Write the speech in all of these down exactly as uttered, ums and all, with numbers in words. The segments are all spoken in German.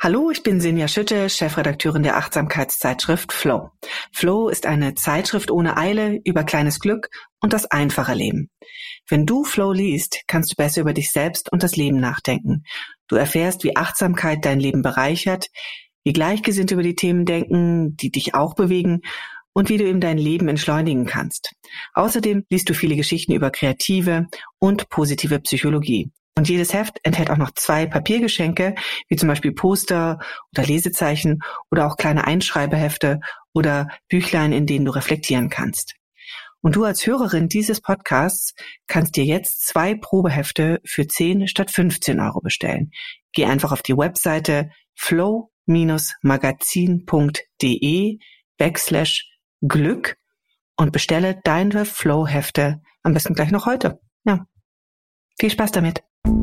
Hallo, ich bin Sinja Schütte, Chefredakteurin der Achtsamkeitszeitschrift Flow. Flow ist eine Zeitschrift ohne Eile über kleines Glück und das einfache Leben. Wenn du Flow liest, kannst du besser über dich selbst und das Leben nachdenken. Du erfährst, wie Achtsamkeit dein Leben bereichert, wie Gleichgesinnte über die Themen denken, die dich auch bewegen und wie du eben dein Leben entschleunigen kannst. Außerdem liest du viele Geschichten über kreative und positive Psychologie. Und jedes Heft enthält auch noch zwei Papiergeschenke, wie zum Beispiel Poster oder Lesezeichen oder auch kleine Einschreibehefte oder Büchlein, in denen du reflektieren kannst. Und du als Hörerin dieses Podcasts kannst dir jetzt zwei Probehefte für zehn statt fünfzehn Euro bestellen. Geh einfach auf die Webseite flow-magazin.de backslash Glück und bestelle deine Flow-Hefte am besten gleich noch heute. Ja, viel Spaß damit.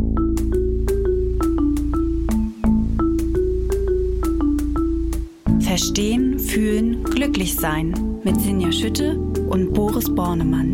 Verstehen, fühlen, glücklich sein mit Sinja Schütte und Boris Bornemann.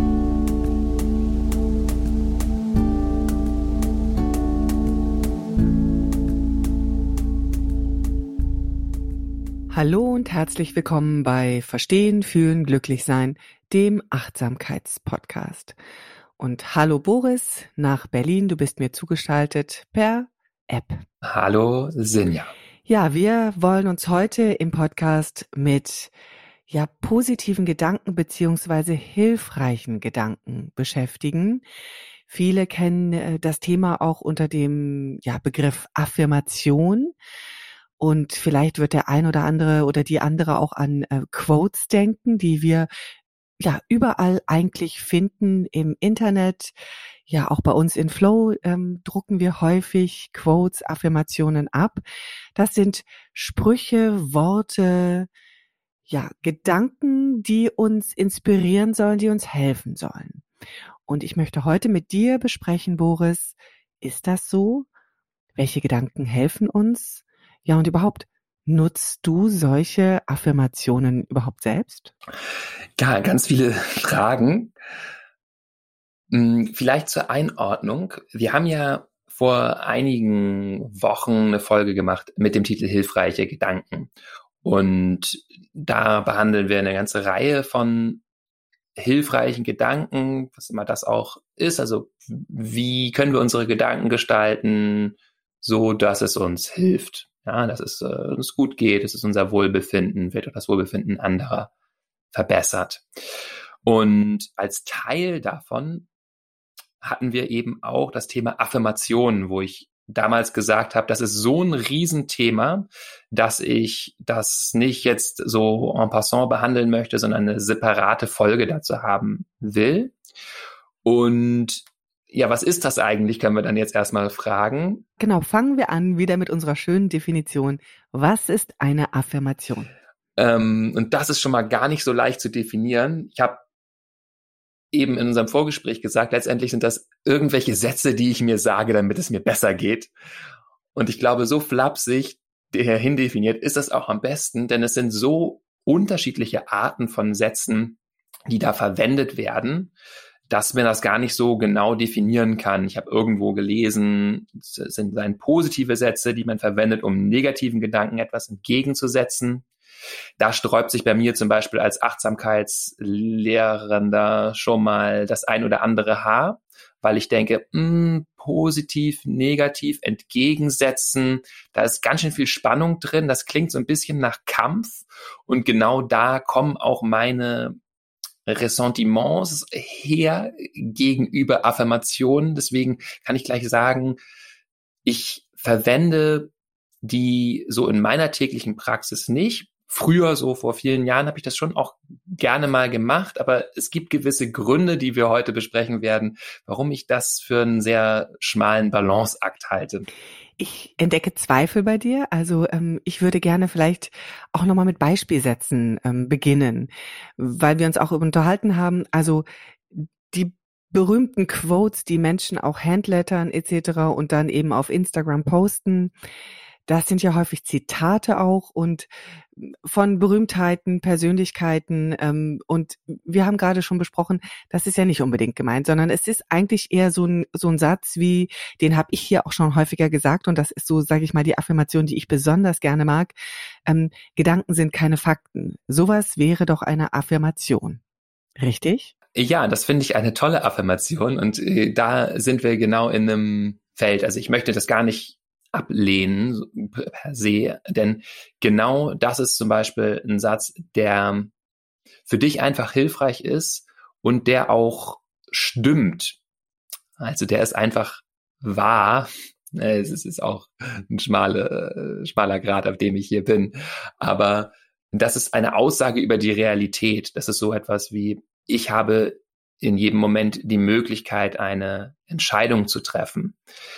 Hallo und herzlich willkommen bei Verstehen, fühlen, glücklich sein, dem Achtsamkeitspodcast. Und hallo Boris, nach Berlin, du bist mir zugeschaltet per App. Hallo Sinja. Ja, wir wollen uns heute im Podcast mit ja positiven Gedanken beziehungsweise hilfreichen Gedanken beschäftigen. Viele kennen äh, das Thema auch unter dem ja Begriff Affirmation. Und vielleicht wird der ein oder andere oder die andere auch an äh, Quotes denken, die wir ja überall eigentlich finden im Internet. Ja, auch bei uns in Flow ähm, drucken wir häufig Quotes, Affirmationen ab. Das sind Sprüche, Worte, ja, Gedanken, die uns inspirieren sollen, die uns helfen sollen. Und ich möchte heute mit dir besprechen, Boris, ist das so? Welche Gedanken helfen uns? Ja, und überhaupt, nutzt du solche Affirmationen überhaupt selbst? Ja, ganz viele Fragen. Vielleicht zur Einordnung. Wir haben ja vor einigen Wochen eine Folge gemacht mit dem Titel Hilfreiche Gedanken. Und da behandeln wir eine ganze Reihe von hilfreichen Gedanken, was immer das auch ist. Also wie können wir unsere Gedanken gestalten, so dass es uns hilft. Ja, dass es äh, uns gut geht, dass es unser Wohlbefinden, wird auch das Wohlbefinden anderer verbessert. Und als Teil davon hatten wir eben auch das Thema Affirmationen, wo ich damals gesagt habe, das ist so ein Riesenthema, dass ich das nicht jetzt so en passant behandeln möchte, sondern eine separate Folge dazu haben will. Und ja, was ist das eigentlich, können wir dann jetzt erstmal fragen. Genau, fangen wir an wieder mit unserer schönen Definition. Was ist eine Affirmation? Ähm, und das ist schon mal gar nicht so leicht zu definieren. Ich habe eben in unserem Vorgespräch gesagt, letztendlich sind das irgendwelche Sätze, die ich mir sage, damit es mir besser geht. Und ich glaube, so flapsig dahin definiert ist das auch am besten, denn es sind so unterschiedliche Arten von Sätzen, die da verwendet werden, dass man das gar nicht so genau definieren kann. Ich habe irgendwo gelesen, es sind dann positive Sätze, die man verwendet, um negativen Gedanken etwas entgegenzusetzen. Da sträubt sich bei mir zum Beispiel als Achtsamkeitslehrender schon mal das ein oder andere Haar, weil ich denke, mh, positiv, negativ, entgegensetzen, da ist ganz schön viel Spannung drin, das klingt so ein bisschen nach Kampf und genau da kommen auch meine Ressentiments her gegenüber Affirmationen. Deswegen kann ich gleich sagen, ich verwende die so in meiner täglichen Praxis nicht. Früher, so vor vielen Jahren, habe ich das schon auch gerne mal gemacht, aber es gibt gewisse Gründe, die wir heute besprechen werden, warum ich das für einen sehr schmalen Balanceakt halte. Ich entdecke Zweifel bei dir. Also ähm, ich würde gerne vielleicht auch nochmal mit Beispielsätzen ähm, beginnen, weil wir uns auch unterhalten haben. Also die berühmten Quotes, die Menschen auch handlettern et cetera und dann eben auf Instagram posten, das sind ja häufig Zitate auch und von Berühmtheiten, Persönlichkeiten. Ähm, und wir haben gerade schon besprochen, das ist ja nicht unbedingt gemeint, sondern es ist eigentlich eher so ein, so ein Satz wie, den habe ich hier auch schon häufiger gesagt und das ist so, sage ich mal, die Affirmation, die ich besonders gerne mag. Ähm, Gedanken sind keine Fakten. Sowas wäre doch eine Affirmation. Richtig? Ja, das finde ich eine tolle Affirmation und äh, da sind wir genau in einem Feld. Also ich möchte das gar nicht ablehnen so, per se, denn genau das ist zum Beispiel ein Satz, der für dich einfach hilfreich ist und der auch stimmt. Also der ist einfach wahr. Es ist auch ein schmale, schmaler Grat, auf dem ich hier bin. Aber das ist eine Aussage über die Realität. Das ist so etwas wie, ich habe in jedem Moment die Möglichkeit, eine Entscheidung zu treffen.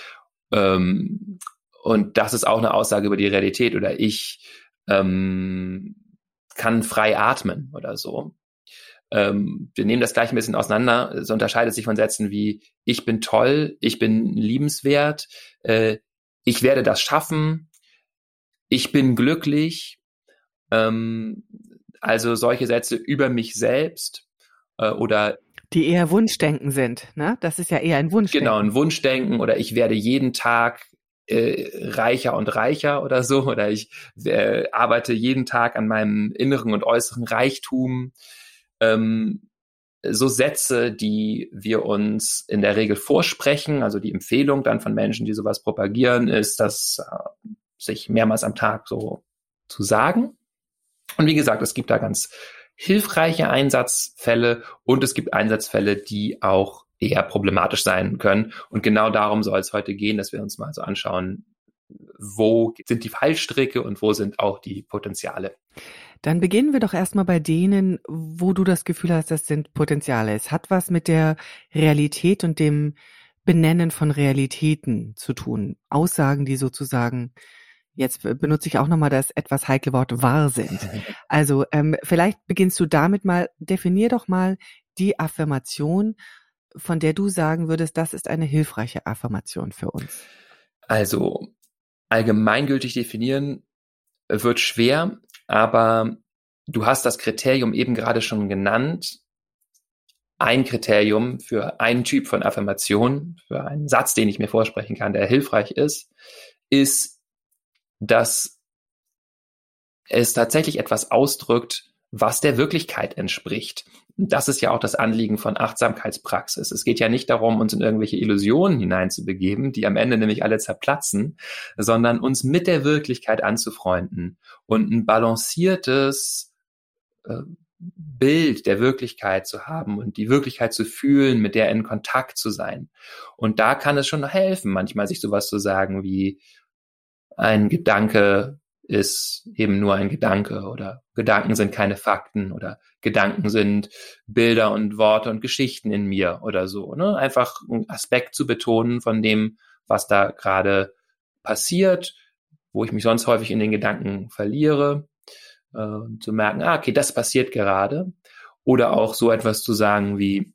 Ähm, und das ist auch eine Aussage über die Realität. Oder ich ähm, kann frei atmen oder so. Ähm, wir nehmen das gleich ein bisschen auseinander. Es unterscheidet sich von Sätzen wie, ich bin toll, ich bin liebenswert, äh, ich werde das schaffen, ich bin glücklich. Ähm, also solche Sätze über mich selbst äh, oder die eher Wunschdenken sind, ne? Das ist ja eher ein Wunschdenken. Genau, ein Wunschdenken oder ich werde jeden Tag äh, reicher und reicher oder so oder ich äh, arbeite jeden Tag an meinem inneren und äußeren Reichtum. Ähm, so Sätze, die wir uns in der Regel vorsprechen, also die Empfehlung dann von Menschen, die sowas propagieren, ist, das äh, sich mehrmals am Tag so zu sagen. Und wie gesagt, es gibt da ganz hilfreiche Einsatzfälle und es gibt Einsatzfälle, die auch eher problematisch sein können. Und genau darum soll es heute gehen, dass wir uns mal so anschauen, wo sind die Fallstricke und wo sind auch die Potenziale. Dann beginnen wir doch erstmal bei denen, wo du das Gefühl hast, das sind Potenziale. Es hat was mit der Realität und dem Benennen von Realitäten zu tun. Aussagen, die sozusagen, jetzt benutze ich auch nochmal das etwas heikle Wort, wahr sind. Also ähm, vielleicht beginnst du damit mal, definier doch mal die Affirmation, von der du sagen würdest, das ist eine hilfreiche Affirmation für uns. Also allgemeingültig definieren wird schwer, aber du hast das Kriterium eben gerade schon genannt. Ein Kriterium für einen Typ von Affirmation, für einen Satz, den ich mir vorsprechen kann, der hilfreich ist, ist, dass es tatsächlich etwas ausdrückt, was der Wirklichkeit entspricht. Das ist ja auch das Anliegen von Achtsamkeitspraxis. Es geht ja nicht darum, uns in irgendwelche Illusionen hineinzubegeben, die am Ende nämlich alle zerplatzen, sondern uns mit der Wirklichkeit anzufreunden und ein balanciertes äh, Bild der Wirklichkeit zu haben und die Wirklichkeit zu fühlen, mit der in Kontakt zu sein. Und da kann es schon helfen, manchmal sich sowas zu sagen wie, ein Gedanke ist eben nur ein Gedanke oder Gedanken sind keine Fakten oder Gedanken sind Bilder und Worte und Geschichten in mir oder so. Ne? Einfach einen Aspekt zu betonen von dem, was da gerade passiert, wo ich mich sonst häufig in den Gedanken verliere, äh, zu merken, ah, okay, das passiert gerade. Oder auch so etwas zu sagen wie,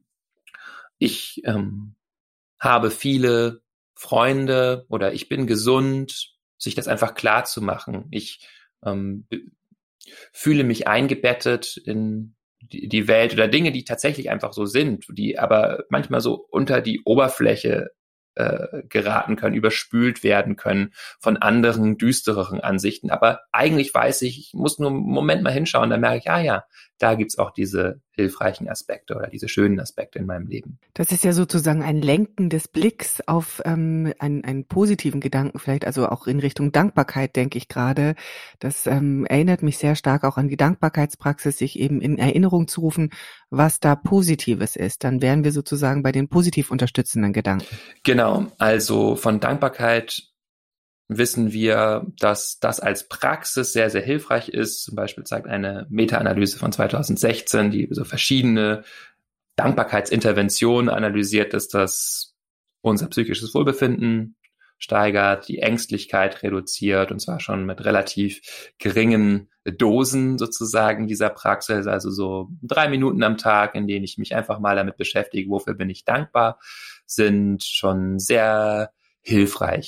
ich ähm, habe viele Freunde oder ich bin gesund, sich das einfach klar zu machen. Ich ähm, fühle mich eingebettet in die, die Welt oder Dinge, die tatsächlich einfach so sind, die aber manchmal so unter die Oberfläche äh, geraten können, überspült werden können von anderen, düstereren Ansichten. Aber eigentlich weiß ich, ich muss nur einen Moment mal hinschauen, dann merke ich, ah ja, da gibt's auch diese hilfreichen Aspekte oder diese schönen Aspekte in meinem Leben. Das ist ja sozusagen ein Lenken des Blicks auf ähm, einen, einen positiven Gedanken, vielleicht also auch in Richtung Dankbarkeit, denke ich gerade. Das ähm, erinnert mich sehr stark auch an die Dankbarkeitspraxis, sich eben in Erinnerung zu rufen, was da Positives ist. Dann wären wir sozusagen bei den positiv unterstützenden Gedanken. Genau, also von Dankbarkeit wissen wir, dass das als Praxis sehr, sehr hilfreich ist. Zum Beispiel zeigt eine Meta-Analyse von zweitausendsechzehn, die so verschiedene Dankbarkeitsinterventionen analysiert, dass das unser psychisches Wohlbefinden steigert, die Ängstlichkeit reduziert, und zwar schon mit relativ geringen Dosen sozusagen dieser Praxis, also so drei Minuten am Tag, in denen ich mich einfach mal damit beschäftige, wofür bin ich dankbar, sind schon sehr hilfreich.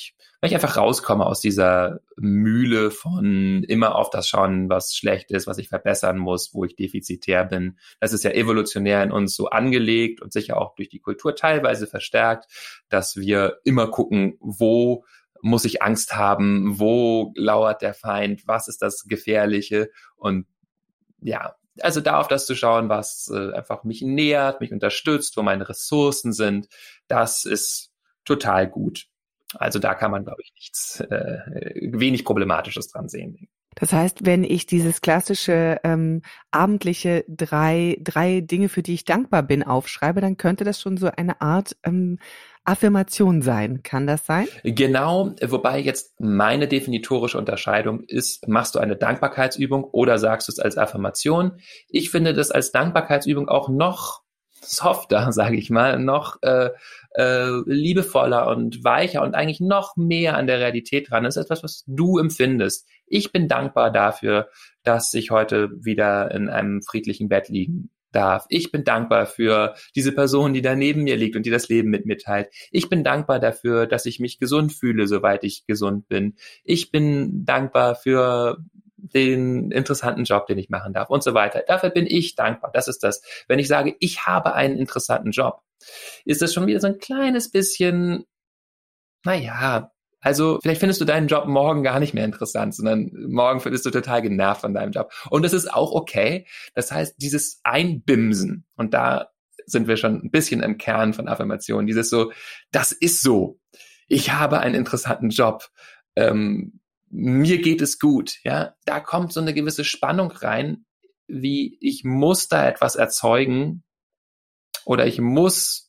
weil ich einfach rauskomme aus dieser Mühle von immer auf das schauen, was schlecht ist, was ich verbessern muss, wo ich defizitär bin. Das ist ja evolutionär in uns so angelegt und sicher auch durch die Kultur teilweise verstärkt, dass wir immer gucken, wo muss ich Angst haben, wo lauert der Feind, was ist das Gefährliche und ja, also da auf das zu schauen, was äh, einfach mich nähert, mich unterstützt, wo meine Ressourcen sind, das ist total gut. Also da kann man, glaube ich, nichts, äh, wenig Problematisches dran sehen. Das heißt, wenn ich dieses klassische ähm, abendliche drei drei Dinge, für die ich dankbar bin, aufschreibe, dann könnte das schon so eine Art ähm, Affirmation sein. Kann das sein? Genau, wobei jetzt meine definitorische Unterscheidung ist, machst du eine Dankbarkeitsübung oder sagst du es als Affirmation? Ich finde das als Dankbarkeitsübung auch noch softer, sage ich mal, noch äh, äh, liebevoller und weicher und eigentlich noch mehr an der Realität dran. Das ist etwas, was du empfindest. Ich bin dankbar dafür, dass ich heute wieder in einem friedlichen Bett liegen darf. Ich bin dankbar für diese Person, die da neben mir liegt und die das Leben mit mir teilt. Ich bin dankbar dafür, dass ich mich gesund fühle, soweit ich gesund bin. Ich bin dankbar für den interessanten Job, den ich machen darf und so weiter. Dafür bin ich dankbar. Das ist das. Wenn ich sage, ich habe einen interessanten Job, ist das schon wieder so ein kleines bisschen, naja, also vielleicht findest du deinen Job morgen gar nicht mehr interessant, sondern morgen bist du total genervt von deinem Job. Und das ist auch okay. Das heißt, dieses Einbimsen, und da sind wir schon ein bisschen im Kern von Affirmationen, dieses so, das ist so. Ich habe einen interessanten Job. Ähm, mir geht es gut. Ja, da kommt so eine gewisse Spannung rein, wie ich muss da etwas erzeugen oder ich muss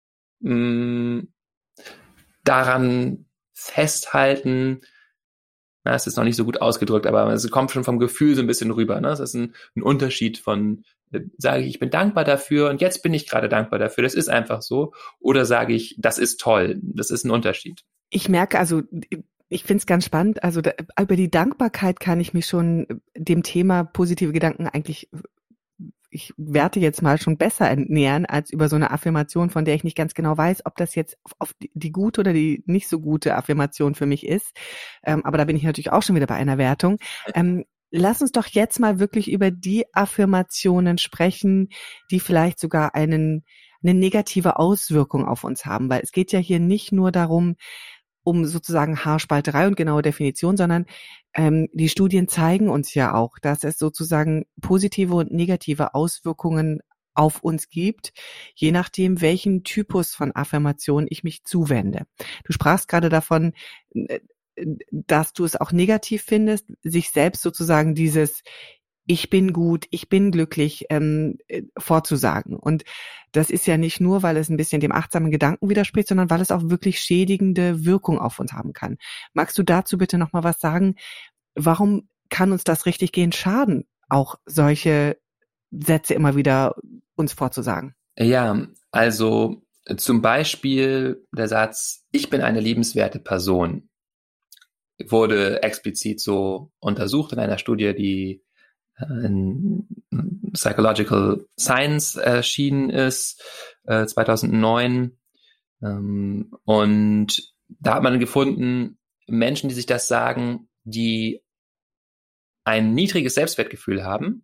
mh, daran festhalten. Na, es ist noch nicht so gut ausgedrückt, aber es kommt schon vom Gefühl so ein bisschen rüber. Ne? Das ist ein, ein Unterschied von, äh, sage ich, ich bin dankbar dafür und jetzt bin ich gerade dankbar dafür, das ist einfach so. Oder sage ich, das ist toll, das ist ein Unterschied. Ich merke also, ich finde es ganz spannend, also da, über die Dankbarkeit kann ich mich schon dem Thema positive Gedanken eigentlich, ich werte jetzt mal schon besser nähern als über so eine Affirmation, von der ich nicht ganz genau weiß, ob das jetzt auf, auf die, die gute oder die nicht so gute Affirmation für mich ist. Ähm, aber da bin ich natürlich auch schon wieder bei einer Wertung. Ähm, lass uns doch jetzt mal wirklich über die Affirmationen sprechen, die vielleicht sogar einen, eine negative Auswirkung auf uns haben, weil es geht ja hier nicht nur darum, um sozusagen Haarspalterei und genaue Definition, sondern ähm, die Studien zeigen uns ja auch, dass es sozusagen positive und negative Auswirkungen auf uns gibt, je nachdem, welchen Typus von Affirmation ich mich zuwende. Du sprachst gerade davon, dass du es auch negativ findest, sich selbst sozusagen dieses ich bin gut, ich bin glücklich ähm, vorzusagen. Und das ist ja nicht nur, weil es ein bisschen dem achtsamen Gedanken widerspricht, sondern weil es auch wirklich schädigende Wirkung auf uns haben kann. Magst du dazu bitte noch mal was sagen? Warum kann uns das richtig gehend schaden, auch solche Sätze immer wieder uns vorzusagen? Ja, also zum Beispiel der Satz, ich bin eine liebenswerte Person, wurde explizit so untersucht in einer Studie, die in Psychological Science erschienen ist, äh, zweitausendneun. Ähm, und da hat man gefunden, Menschen, die sich das sagen, die ein niedriges Selbstwertgefühl haben,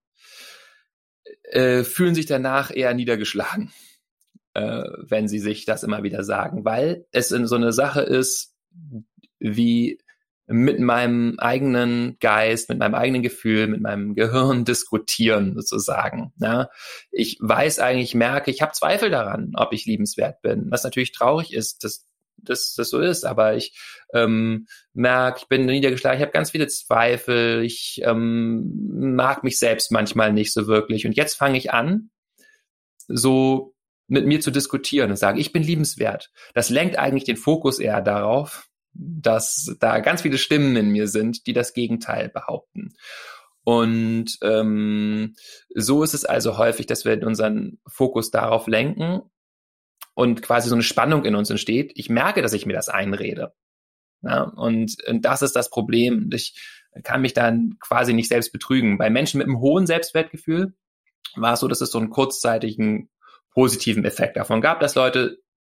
äh, fühlen sich danach eher niedergeschlagen, äh, wenn sie sich das immer wieder sagen, weil es in so eine Sache ist, wie mit meinem eigenen Geist, mit meinem eigenen Gefühl, mit meinem Gehirn diskutieren sozusagen. Ja, ich weiß eigentlich, ich merke, ich habe Zweifel daran, ob ich liebenswert bin, was natürlich traurig ist, dass dass das so ist, aber ich ähm, merke, ich bin niedergeschlagen, ich habe ganz viele Zweifel, ich ähm, mag mich selbst manchmal nicht so wirklich und jetzt fange ich an, so mit mir zu diskutieren und sage, ich bin liebenswert. Das lenkt eigentlich den Fokus eher darauf, dass da ganz viele Stimmen in mir sind, die das Gegenteil behaupten. Und ähm, so ist es also häufig, dass wir unseren Fokus darauf lenken und quasi so eine Spannung in uns entsteht. Ich merke, dass ich mir das einrede. Ja, und, und das ist das Problem. Ich kann mich dann quasi nicht selbst betrügen. Bei Menschen mit einem hohen Selbstwertgefühl war es so, dass es so einen kurzzeitigen positiven Effekt davon gab, dass Leute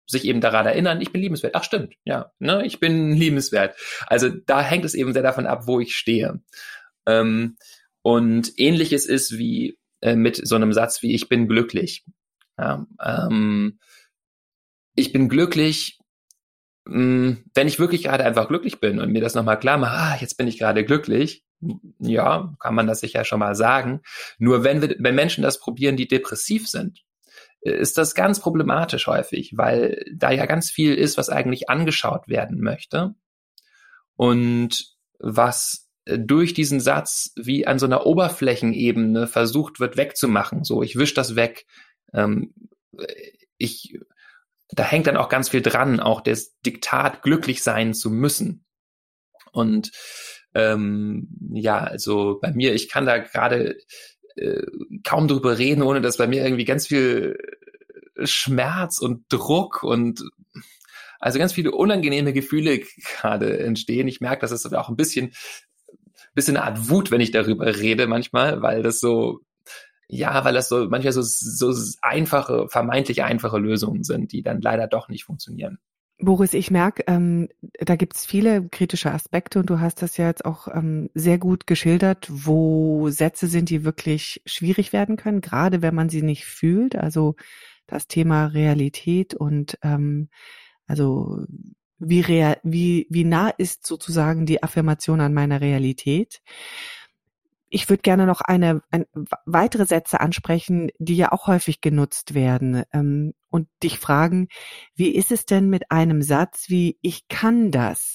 sich eben daran erinnern, ich bin liebenswert. Ach stimmt, ja, ne, ich bin liebenswert. Also da hängt es eben sehr davon ab, wo ich stehe. Ähm, und ähnliches ist wie äh, mit so einem Satz wie ich bin glücklich. Ja, ähm, ich bin glücklich, mh, wenn ich wirklich gerade einfach glücklich bin und mir das nochmal klar mache, ah, jetzt bin ich gerade glücklich. Ja, kann man das sicher schon mal sagen. Nur wenn wir, wenn Menschen das probieren, die depressiv sind, ist das ganz problematisch häufig, weil da ja ganz viel ist, was eigentlich angeschaut werden möchte und was durch diesen Satz wie an so einer Oberflächenebene versucht wird wegzumachen. So, ich wisch das weg. Ähm, ich, da hängt dann auch ganz viel dran, auch das Diktat, glücklich sein zu müssen. Und ähm, ja, also bei mir, ich kann da gerade kaum drüber reden, ohne dass bei mir irgendwie ganz viel Schmerz und Druck und also ganz viele unangenehme Gefühle gerade entstehen. Ich merke, das ist auch ein bisschen, bisschen eine Art Wut, wenn ich darüber rede manchmal, weil das so, ja, weil das so manchmal so, so einfache, vermeintlich einfache Lösungen sind, die dann leider doch nicht funktionieren. Boris, ich merke, ähm, da gibt's viele kritische Aspekte und du hast das ja jetzt auch ähm, sehr gut geschildert, wo Sätze sind, die wirklich schwierig werden können, gerade wenn man sie nicht fühlt. Also das Thema Realität und ähm, also wie, real, wie, wie nah ist sozusagen die Affirmation an meiner Realität. Ich würde gerne noch eine, ein, weitere Sätze ansprechen, die ja auch häufig genutzt werden, ähm, und dich fragen, wie ist es denn mit einem Satz wie ich kann das?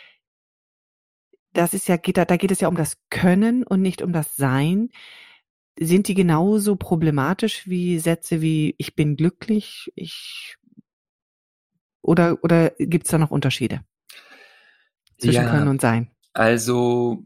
Das ist ja, geht da, da geht es ja um das Können und nicht um das Sein. Sind die genauso problematisch wie Sätze wie ich bin glücklich, ich oder oder gibt es da noch Unterschiede zwischen Ja, Können und Sein? Also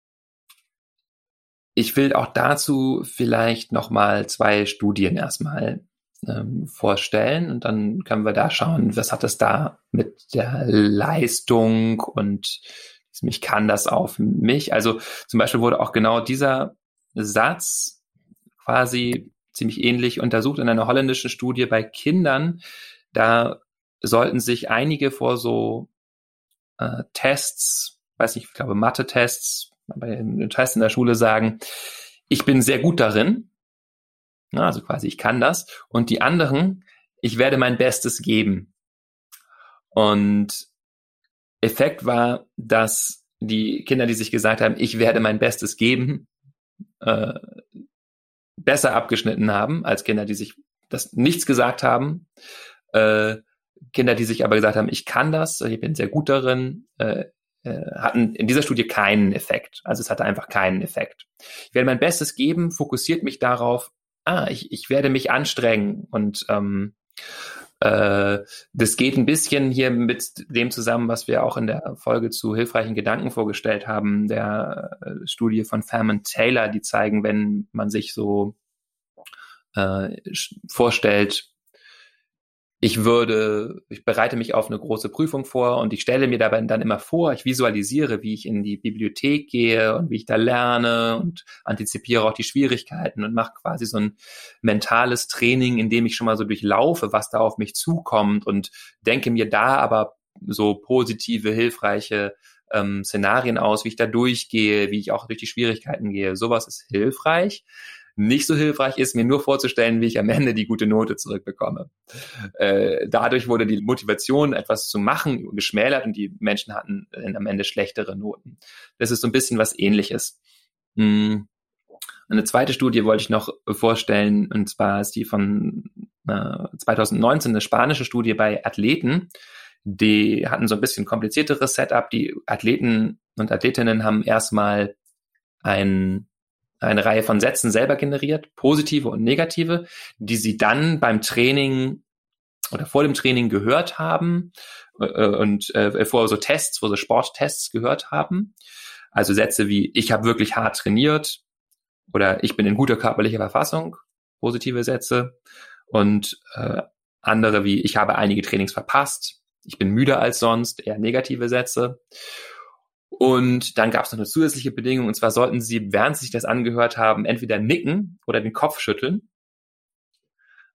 ich will auch dazu vielleicht nochmal zwei Studien erstmal ähm, vorstellen und dann können wir da schauen, was hat es da mit der Leistung und ich kann das auf mich. Also zum Beispiel wurde auch genau dieser Satz quasi ziemlich ähnlich untersucht in einer holländischen Studie bei Kindern. Da sollten sich einige vor so äh, Tests, weiß nicht, ich glaube Mathe-Tests, bei den Tests in der Schule sagen, ich bin sehr gut darin, ja, also quasi ich kann das, und die anderen, ich werde mein Bestes geben. Und Effekt war, dass die Kinder, die sich gesagt haben, ich werde mein Bestes geben, äh, besser abgeschnitten haben als Kinder, die sich das nichts gesagt haben. Äh, Kinder, die sich aber gesagt haben, ich kann das, ich bin sehr gut darin, äh, hatten in dieser Studie keinen Effekt. Also es hatte einfach keinen Effekt. Ich werde mein Bestes geben, fokussiert mich darauf, ah, ich, ich werde mich anstrengen und ähm, äh, das geht ein bisschen hier mit dem zusammen, was wir auch in der Folge zu hilfreichen Gedanken vorgestellt haben, der äh, Studie von Fairman Taylor, die zeigen, wenn man sich so äh, vorstellt, ich würde, ich bereite mich auf eine große Prüfung vor und ich stelle mir dabei dann immer vor, ich visualisiere, wie ich in die Bibliothek gehe und wie ich da lerne und antizipiere auch die Schwierigkeiten und mache quasi so ein mentales Training, in dem ich schon mal so durchlaufe, was da auf mich zukommt und denke mir da aber so positive, hilfreiche ähm, Szenarien aus, wie ich da durchgehe, wie ich auch durch die Schwierigkeiten gehe. Sowas ist hilfreich. Nicht so hilfreich ist, mir nur vorzustellen, wie ich am Ende die gute Note zurückbekomme. Äh, dadurch wurde die Motivation, etwas zu machen, geschmälert und die Menschen hatten äh, am Ende schlechtere Noten. Das ist so ein bisschen was Ähnliches. Hm. Eine zweite Studie wollte ich noch vorstellen, und zwar ist die von äh, zwanzig neunzehn, eine spanische Studie bei Athleten. Die hatten so ein bisschen komplizierteres Setup. Die Athleten und Athletinnen haben erstmal ein eine Reihe von Sätzen selber generiert, positive und negative, die sie dann beim Training oder vor dem Training gehört haben äh, und äh, vor so Tests, vor so Sporttests gehört haben. Also Sätze wie, ich habe wirklich hart trainiert oder ich bin in guter körperlicher Verfassung, positive Sätze. Und äh, andere wie, ich habe einige Trainings verpasst, ich bin müder als sonst, eher negative Sätze. Und dann gab es noch eine zusätzliche Bedingung, und zwar sollten sie, während sie sich das angehört haben, entweder nicken oder den Kopf schütteln.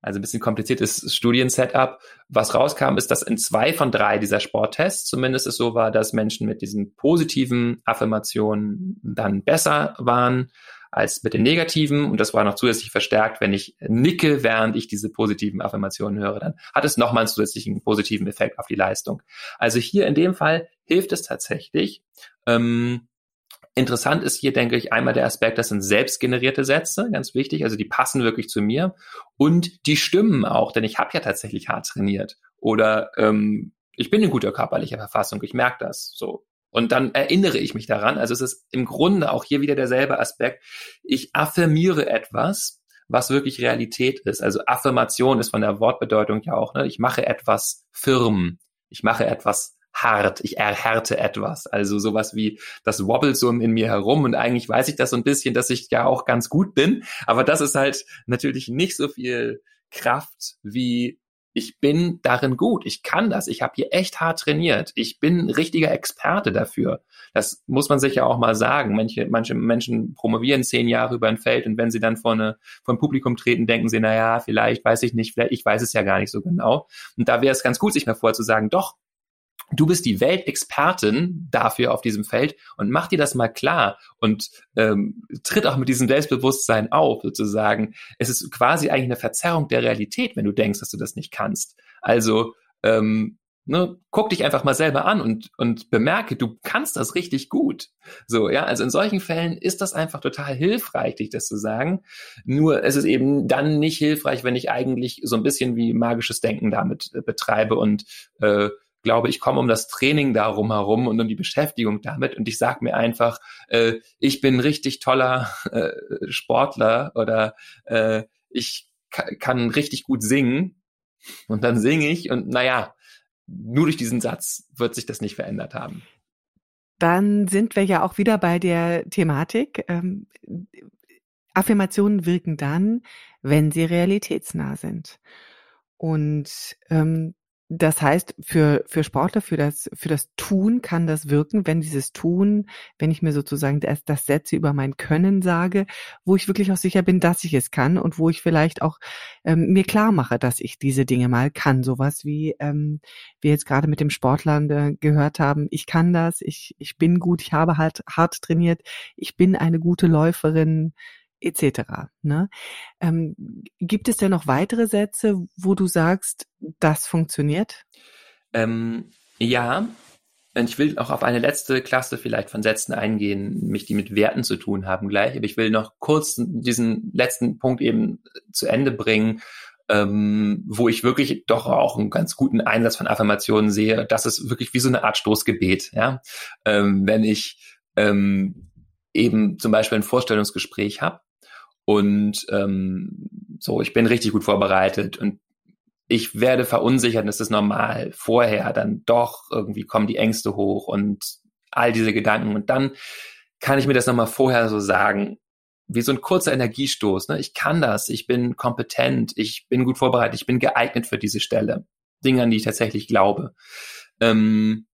Also ein bisschen kompliziertes Studiensetup. Was rauskam, ist, dass in zwei von drei dieser Sporttests zumindest es so war, dass Menschen mit diesen positiven Affirmationen dann besser waren als mit den negativen. Und das war noch zusätzlich verstärkt, wenn ich nicke, während ich diese positiven Affirmationen höre. Dann hat es nochmal einen zusätzlichen positiven Effekt auf die Leistung. Also hier in dem Fall hilft es tatsächlich. Ähm, interessant ist hier, denke ich, einmal der Aspekt, das sind selbstgenerierte Sätze, ganz wichtig. Also die passen wirklich zu mir. Und die stimmen auch, denn ich habe ja tatsächlich hart trainiert. Oder ähm, ich bin in guter körperlicher Verfassung, ich merke das so. Und dann erinnere ich mich daran. Also es ist im Grunde auch hier wieder derselbe Aspekt. Ich affirmiere etwas, was wirklich Realität ist. Also Affirmation ist von der Wortbedeutung ja auch, ne? Ich mache etwas firm. Ich mache etwas hart. Ich erhärte etwas. Also sowas wie, das wobbelt so in mir herum. Und eigentlich weiß ich das so ein bisschen, dass ich ja auch ganz gut bin. Aber das ist halt natürlich nicht so viel Kraft wie ich bin darin gut, ich kann das, ich habe hier echt hart trainiert, ich bin ein richtiger Experte dafür. Das muss man sich ja auch mal sagen. Manche, manche Menschen promovieren zehn Jahre über ein Feld und wenn sie dann vor, eine, vor ein Publikum treten, denken sie, naja, vielleicht, weiß ich nicht, vielleicht, ich weiß es ja gar nicht so genau. Und da wäre es ganz gut, sich mal vorzusagen, doch, du bist die Weltexpertin dafür auf diesem Feld und mach dir das mal klar und ähm, tritt auch mit diesem Selbstbewusstsein auf, sozusagen. Es ist quasi eigentlich eine Verzerrung der Realität, wenn du denkst, dass du das nicht kannst. Also ähm, ne, guck dich einfach mal selber an und und bemerke, du kannst das richtig gut. So, ja, also in solchen Fällen ist das einfach total hilfreich, dich das zu sagen. Nur es ist eben dann nicht hilfreich, wenn ich eigentlich so ein bisschen wie magisches Denken damit äh, betreibe und äh, glaube, ich komme um das Training darum herum und um die Beschäftigung damit und ich sage mir einfach, äh, ich bin ein richtig toller äh, Sportler oder äh, ich k- kann richtig gut singen und dann singe ich und naja, nur durch diesen Satz wird sich das nicht verändert haben. Dann sind wir ja auch wieder bei der Thematik. Ähm, Affirmationen wirken dann, wenn sie realitätsnah sind. Und ähm, das heißt, für, für Sportler, für das, für das Tun kann das wirken, wenn dieses Tun, wenn ich mir sozusagen das, das Sätze über mein Können sage, wo ich wirklich auch sicher bin, dass ich es kann und wo ich vielleicht auch ähm, mir klar mache, dass ich diese Dinge mal kann. Sowas wie ähm, wir jetzt gerade mit dem Sportlern äh, gehört haben, ich kann das, ich, ich bin gut, ich habe halt hart trainiert, ich bin eine gute Läuferin, et cetera. Ne? Ähm, gibt es denn noch weitere Sätze, wo du sagst, das funktioniert? Ähm, ja, und ich will auch auf eine letzte Klasse vielleicht von Sätzen eingehen, mich die mit Werten zu tun haben gleich. Aber ich will noch kurz diesen letzten Punkt eben zu Ende bringen, ähm, wo ich wirklich doch auch einen ganz guten Einsatz von Affirmationen sehe. Das ist wirklich wie so eine Art Stoßgebet. Ja, ähm, wenn ich ähm, eben zum Beispiel ein Vorstellungsgespräch habe und ähm, so, ich bin richtig gut vorbereitet und ich werde verunsichert, das ist normal. Vorher dann doch irgendwie kommen die Ängste hoch und all diese Gedanken und dann kann ich mir das nochmal vorher so sagen, wie so ein kurzer Energiestoß. Ne? Ich kann das, ich bin kompetent, ich bin gut vorbereitet, ich bin geeignet für diese Stelle. Dinge, an die ich tatsächlich glaube. Ähm,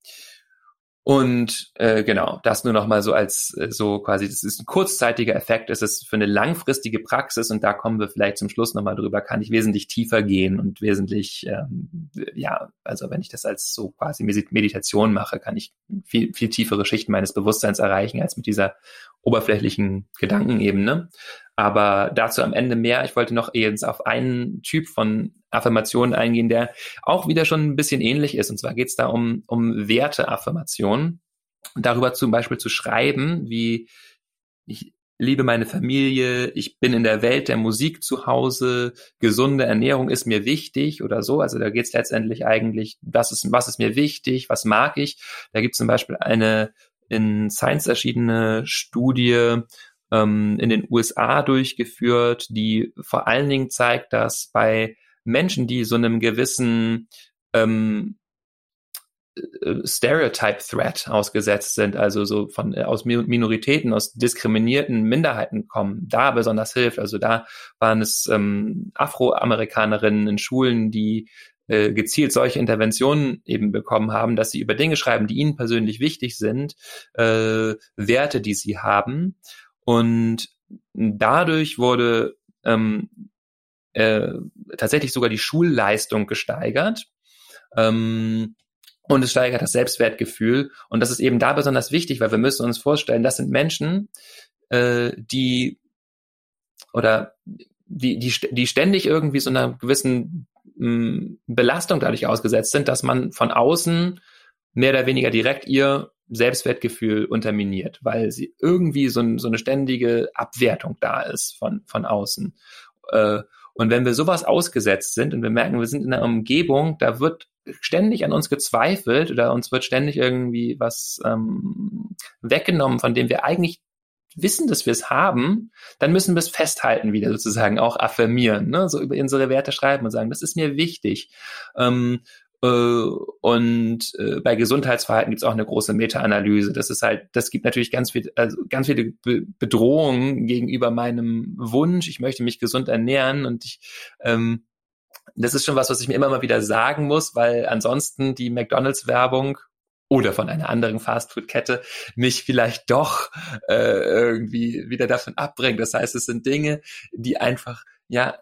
Und äh, genau, das nur noch mal so als äh, so quasi, das ist ein kurzzeitiger Effekt, es ist für eine langfristige Praxis und da kommen wir vielleicht zum Schluss noch mal drüber, kann ich wesentlich tiefer gehen und wesentlich, ähm, ja, also wenn ich das als so quasi Meditation mache, kann ich viel viel tiefere Schichten meines Bewusstseins erreichen als mit dieser oberflächlichen Gedankenebene. Aber dazu am Ende mehr. Ich wollte noch jetzt auf einen Typ von Affirmationen eingehen, der auch wieder schon ein bisschen ähnlich ist. Und zwar geht es da um, um Werteaffirmationen. Und darüber zum Beispiel zu schreiben, wie ich liebe meine Familie, ich bin in der Welt der Musik zu Hause, gesunde Ernährung ist mir wichtig oder so. Also da geht es letztendlich eigentlich, das ist, was ist mir wichtig, was mag ich. Da gibt es zum Beispiel eine in Science erschienene Studie ähm, in den U S A durchgeführt, die vor allen Dingen zeigt, dass bei Menschen, die so einem gewissen ähm, Stereotype Threat ausgesetzt sind, also so von aus Minoritäten, aus diskriminierten Minderheiten kommen, da besonders hilft. Also da waren es ähm, Afroamerikanerinnen in Schulen, die äh, gezielt solche Interventionen eben bekommen haben, dass sie über Dinge schreiben, die ihnen persönlich wichtig sind, äh, Werte, die sie haben. Und dadurch wurde ähm, äh, tatsächlich sogar die Schulleistung gesteigert. Ähm, und es steigert das Selbstwertgefühl. Und das ist eben da besonders wichtig, weil wir müssen uns vorstellen, das sind Menschen, äh, die oder die, die, die ständig irgendwie so einer gewissen mh, Belastung dadurch ausgesetzt sind, dass man von außen mehr oder weniger direkt ihr Selbstwertgefühl unterminiert, weil sie irgendwie so, ein, so eine ständige Abwertung da ist von, von außen. Äh, und wenn wir sowas ausgesetzt sind und wir merken, wir sind in einer Umgebung, da wird ständig an uns gezweifelt oder uns wird ständig irgendwie was ähm, weggenommen, von dem wir eigentlich wissen, dass wir es haben, dann müssen wir es festhalten wieder sozusagen, auch affirmieren, ne? So über unsere Werte schreiben und sagen, das ist mir wichtig. Ähm, äh, und äh, bei Gesundheitsverhalten gibt es auch eine große Meta-Analyse. Das ist halt, das gibt natürlich ganz viel, also ganz viele Be- Bedrohungen gegenüber meinem Wunsch. Ich möchte mich gesund ernähren und ich ähm, das ist schon was, was ich mir immer mal wieder sagen muss, weil ansonsten die McDonald's-Werbung oder von einer anderen Fastfood-Kette mich vielleicht doch äh, irgendwie wieder davon abbringt. Das heißt, es sind Dinge, die einfach, ja,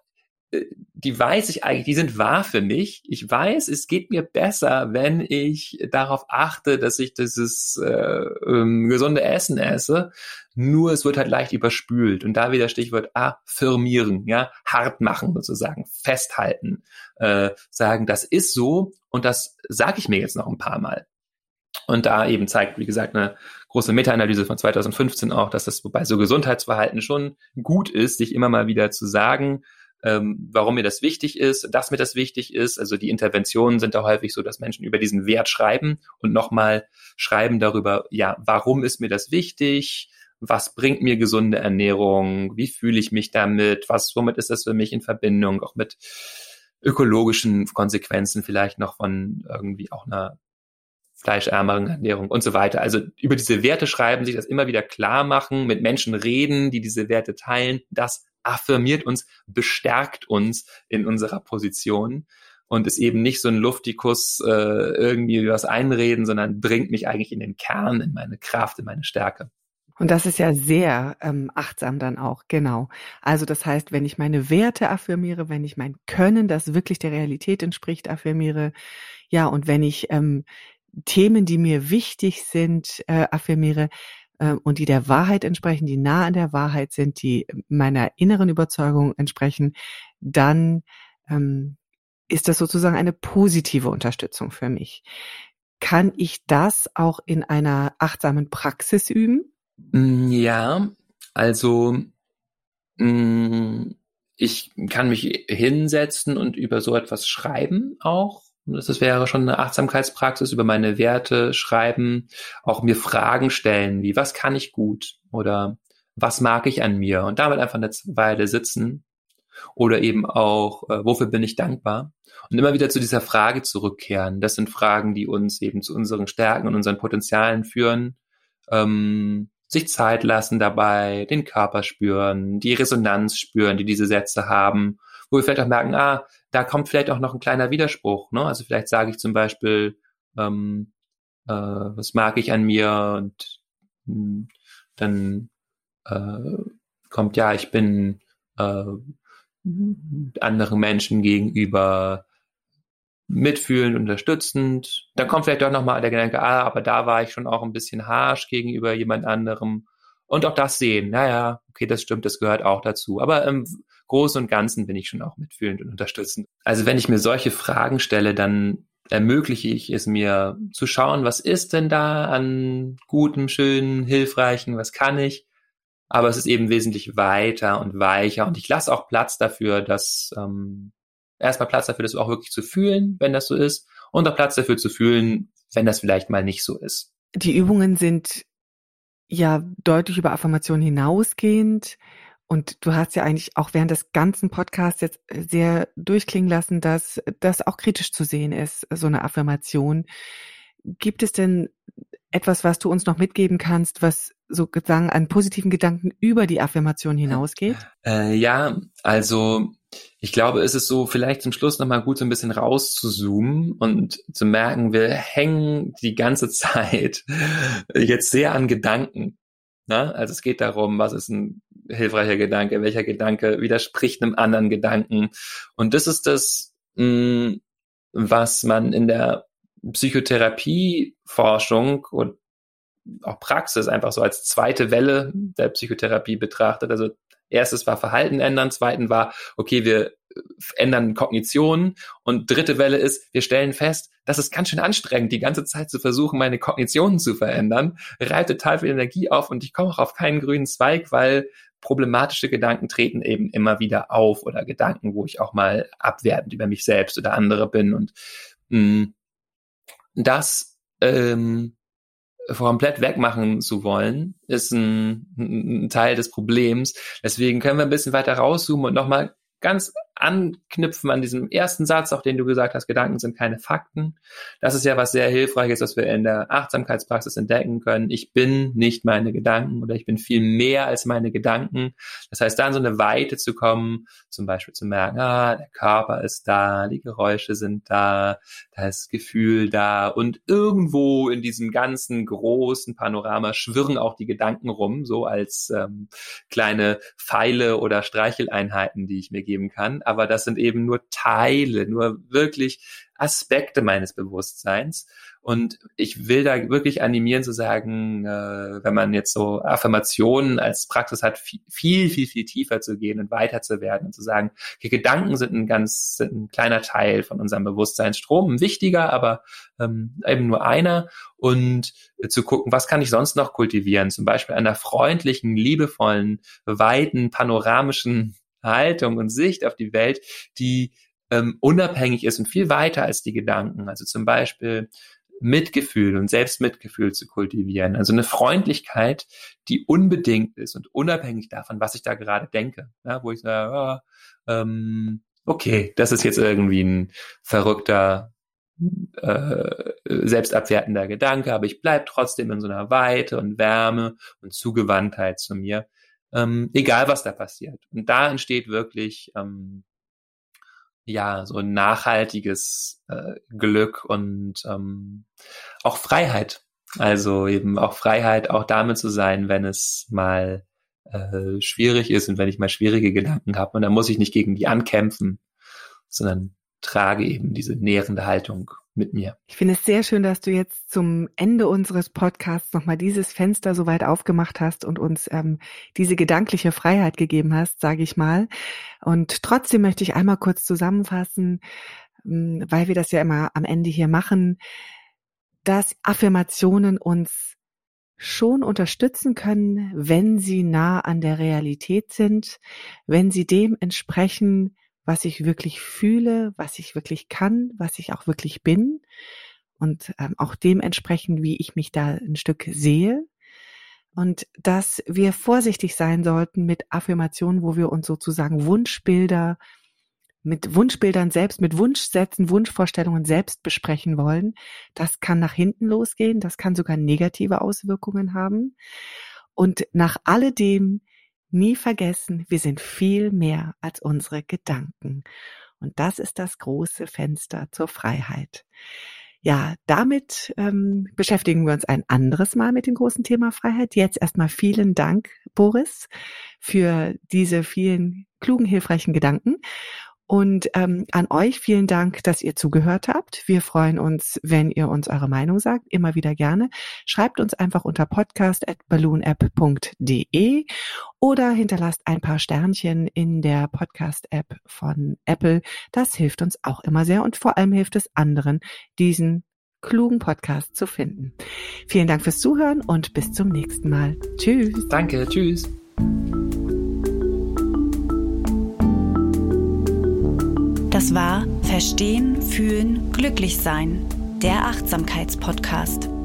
die weiß ich eigentlich, die sind wahr für mich. Ich weiß, es geht mir besser, wenn ich darauf achte, dass ich dieses äh, ähm, gesunde Essen esse. Nur es wird halt leicht überspült. Und da wieder Stichwort affirmieren, ja, hart machen sozusagen, festhalten, äh, sagen, das ist so und das sage ich mir jetzt noch ein paar Mal. Und da eben zeigt, wie gesagt, eine große Meta-Analyse von zweitausendfünfzehn auch, dass das bei so Gesundheitsverhalten schon gut ist, sich immer mal wieder zu sagen, ähm, warum mir das wichtig ist, dass mir das wichtig ist. Also die Interventionen sind da häufig so, dass Menschen über diesen Wert schreiben und nochmal schreiben darüber, ja, warum ist mir das wichtig? Was bringt mir gesunde Ernährung? Wie fühle ich mich damit? Was, womit ist das für mich in Verbindung? Auch mit ökologischen Konsequenzen vielleicht noch von irgendwie auch einer fleischärmeren Ernährung und so weiter. Also über diese Werte schreiben, sich das immer wieder klar machen, mit Menschen reden, die diese Werte teilen. Das affirmiert uns, bestärkt uns in unserer Position und ist eben nicht so ein Luftikus, äh, irgendwie was einreden, sondern bringt mich eigentlich in den Kern, in meine Kraft, in meine Stärke. Und das ist ja sehr ähm, achtsam dann auch, genau. Also das heißt, wenn ich meine Werte affirmiere, wenn ich mein Können, das wirklich der Realität entspricht, affirmiere, ja, und wenn ich ähm, Themen, die mir wichtig sind, äh, affirmiere äh, und die der Wahrheit entsprechen, die nah an der Wahrheit sind, die meiner inneren Überzeugung entsprechen, dann ähm, ist das sozusagen eine positive Unterstützung für mich. Kann ich das auch in einer achtsamen Praxis üben? Ja, also ich kann mich hinsetzen und über so etwas schreiben auch. Das wäre schon eine Achtsamkeitspraxis, über meine Werte schreiben, auch mir Fragen stellen, wie was kann ich gut oder was mag ich an mir und damit einfach eine Weile sitzen oder eben auch, äh, wofür bin ich dankbar und immer wieder zu dieser Frage zurückkehren. Das sind Fragen, die uns eben zu unseren Stärken und unseren Potenzialen führen, ähm, sich Zeit lassen dabei, den Körper spüren, die Resonanz spüren, die diese Sätze haben, wo wir vielleicht auch merken, ah, da kommt vielleicht auch noch ein kleiner Widerspruch, ne? Also vielleicht sage ich zum Beispiel, ähm, äh, was mag ich an mir und mh, dann äh, kommt, ja, ich bin äh, anderen Menschen gegenüber mitfühlend, unterstützend. Dann kommt vielleicht auch nochmal der Gedanke, ah, aber da war ich schon auch ein bisschen harsch gegenüber jemand anderem. Und auch das sehen, naja, okay, das stimmt, das gehört auch dazu. Aber im Großen und Ganzen bin ich schon auch mitfühlend und unterstützend. Also wenn ich mir solche Fragen stelle, dann ermögliche ich es mir zu schauen, was ist denn da an Gutem, Schönen, Hilfreichen, was kann ich? Aber es ist eben wesentlich weiter und weicher und ich lasse auch Platz dafür, dass ähm, erstmal Platz dafür, das auch wirklich zu fühlen, wenn das so ist, und auch Platz dafür zu fühlen, wenn das vielleicht mal nicht so ist. Die Übungen sind ja deutlich über Affirmation hinausgehend und du hast ja eigentlich auch während des ganzen Podcasts jetzt sehr durchklingen lassen, dass das auch kritisch zu sehen ist, so eine Affirmation. Gibt es denn etwas, was du uns noch mitgeben kannst, was sozusagen an positiven Gedanken über die Affirmation hinausgeht? Äh, ja, also ich glaube, es ist so vielleicht zum Schluss nochmal gut, so ein bisschen rauszuzoomen und zu merken, wir hängen die ganze Zeit jetzt sehr an Gedanken. Ne? Also es geht darum, was ist ein hilfreicher Gedanke, welcher Gedanke widerspricht einem anderen Gedanken. Und das ist das, mh, was man in der Psychotherapieforschung und auch Praxis einfach so als zweite Welle der Psychotherapie betrachtet. Also erstes war Verhalten ändern, zweiten war, okay, wir ändern Kognition und dritte Welle ist, wir stellen fest, das ist ganz schön anstrengend, die ganze Zeit zu versuchen, meine Kognitionen zu verändern, reibt total viel Energie auf und ich komme auch auf keinen grünen Zweig, weil problematische Gedanken treten eben immer wieder auf oder Gedanken, wo ich auch mal abwertend über mich selbst oder andere bin und mh, das ähm, komplett wegmachen zu wollen, ist ein, ein Teil des Problems. Deswegen können wir ein bisschen weiter rauszoomen und nochmal ganz anknüpfen an diesem ersten Satz, auch den du gesagt hast, Gedanken sind keine Fakten. Das ist ja was sehr Hilfreiches, was wir in der Achtsamkeitspraxis entdecken können. Ich bin nicht meine Gedanken oder ich bin viel mehr als meine Gedanken. Das heißt, da in so eine Weite zu kommen, zum Beispiel zu merken, ah, der Körper ist da, die Geräusche sind da, da ist Gefühl da und irgendwo in diesem ganzen großen Panorama schwirren auch die Gedanken rum, so als ähm, kleine Pfeile oder Streicheleinheiten, die ich mir geben kann. Aber das sind eben nur Teile, nur wirklich Aspekte meines Bewusstseins. Und ich will da wirklich animieren zu sagen, äh, wenn man jetzt so Affirmationen als Praxis hat, viel, viel, viel, viel tiefer zu gehen und weiter zu werden und zu sagen, okay, Gedanken sind ein ganz, sind ein kleiner Teil von unserem Bewusstseinsstrom, ein wichtiger, aber ähm, eben nur einer. Und äh, zu gucken, was kann ich sonst noch kultivieren? Zum Beispiel einer freundlichen, liebevollen, weiten, panoramischen Haltung und Sicht auf die Welt, die ähm, unabhängig ist und viel weiter als die Gedanken. Also zum Beispiel Mitgefühl und Selbstmitgefühl zu kultivieren. Also eine Freundlichkeit, die unbedingt ist und unabhängig davon, was ich da gerade denke. Ja, wo ich sage, oh, ähm, okay, das ist jetzt irgendwie ein verrückter, äh, selbstabwertender Gedanke, aber ich bleibe trotzdem in so einer Weite und Wärme und Zugewandtheit zu mir. Ähm, egal, was da passiert. Und da entsteht wirklich ähm, ja so ein nachhaltiges äh, Glück und ähm, auch Freiheit. Also eben auch Freiheit, auch damit zu sein, wenn es mal äh, schwierig ist und wenn ich mal schwierige Gedanken habe. Und dann muss ich nicht gegen die ankämpfen, sondern trage eben diese nährende Haltung mit mir. Ich finde es sehr schön, dass du jetzt zum Ende unseres Podcasts nochmal dieses Fenster so weit aufgemacht hast und uns ähm, diese gedankliche Freiheit gegeben hast, sage ich mal. Und trotzdem möchte ich einmal kurz zusammenfassen, ähm, weil wir das ja immer am Ende hier machen, dass Affirmationen uns schon unterstützen können, wenn sie nah an der Realität sind, wenn sie dem entsprechen, was ich wirklich fühle, was ich wirklich kann, was ich auch wirklich bin und ähm, auch dementsprechend, wie ich mich da ein Stück sehe. Und dass wir vorsichtig sein sollten mit Affirmationen, wo wir uns sozusagen Wunschbilder, mit Wunschbildern selbst, mit Wunschsätzen, Wunschvorstellungen selbst besprechen wollen. Das kann nach hinten losgehen, das kann sogar negative Auswirkungen haben. Und nach alledem nie vergessen, wir sind viel mehr als unsere Gedanken. Und das ist das große Fenster zur Freiheit. Ja, damit ähm, beschäftigen wir uns ein anderes Mal mit dem großen Thema Freiheit. Jetzt erstmal vielen Dank, Boris, für diese vielen klugen, hilfreichen Gedanken. Und ähm, an euch vielen Dank, dass ihr zugehört habt. Wir freuen uns, wenn ihr uns eure Meinung sagt, immer wieder gerne. Schreibt uns einfach unter podcast at balloonapp punkt de oder hinterlasst ein paar Sternchen in der Podcast-App von Apple. Das hilft uns auch immer sehr und vor allem hilft es anderen, diesen klugen Podcast zu finden. Vielen Dank fürs Zuhören und bis zum nächsten Mal. Tschüss. Danke, tschüss. Das war Verstehen, Fühlen, Glücklich sein, der Achtsamkeitspodcast.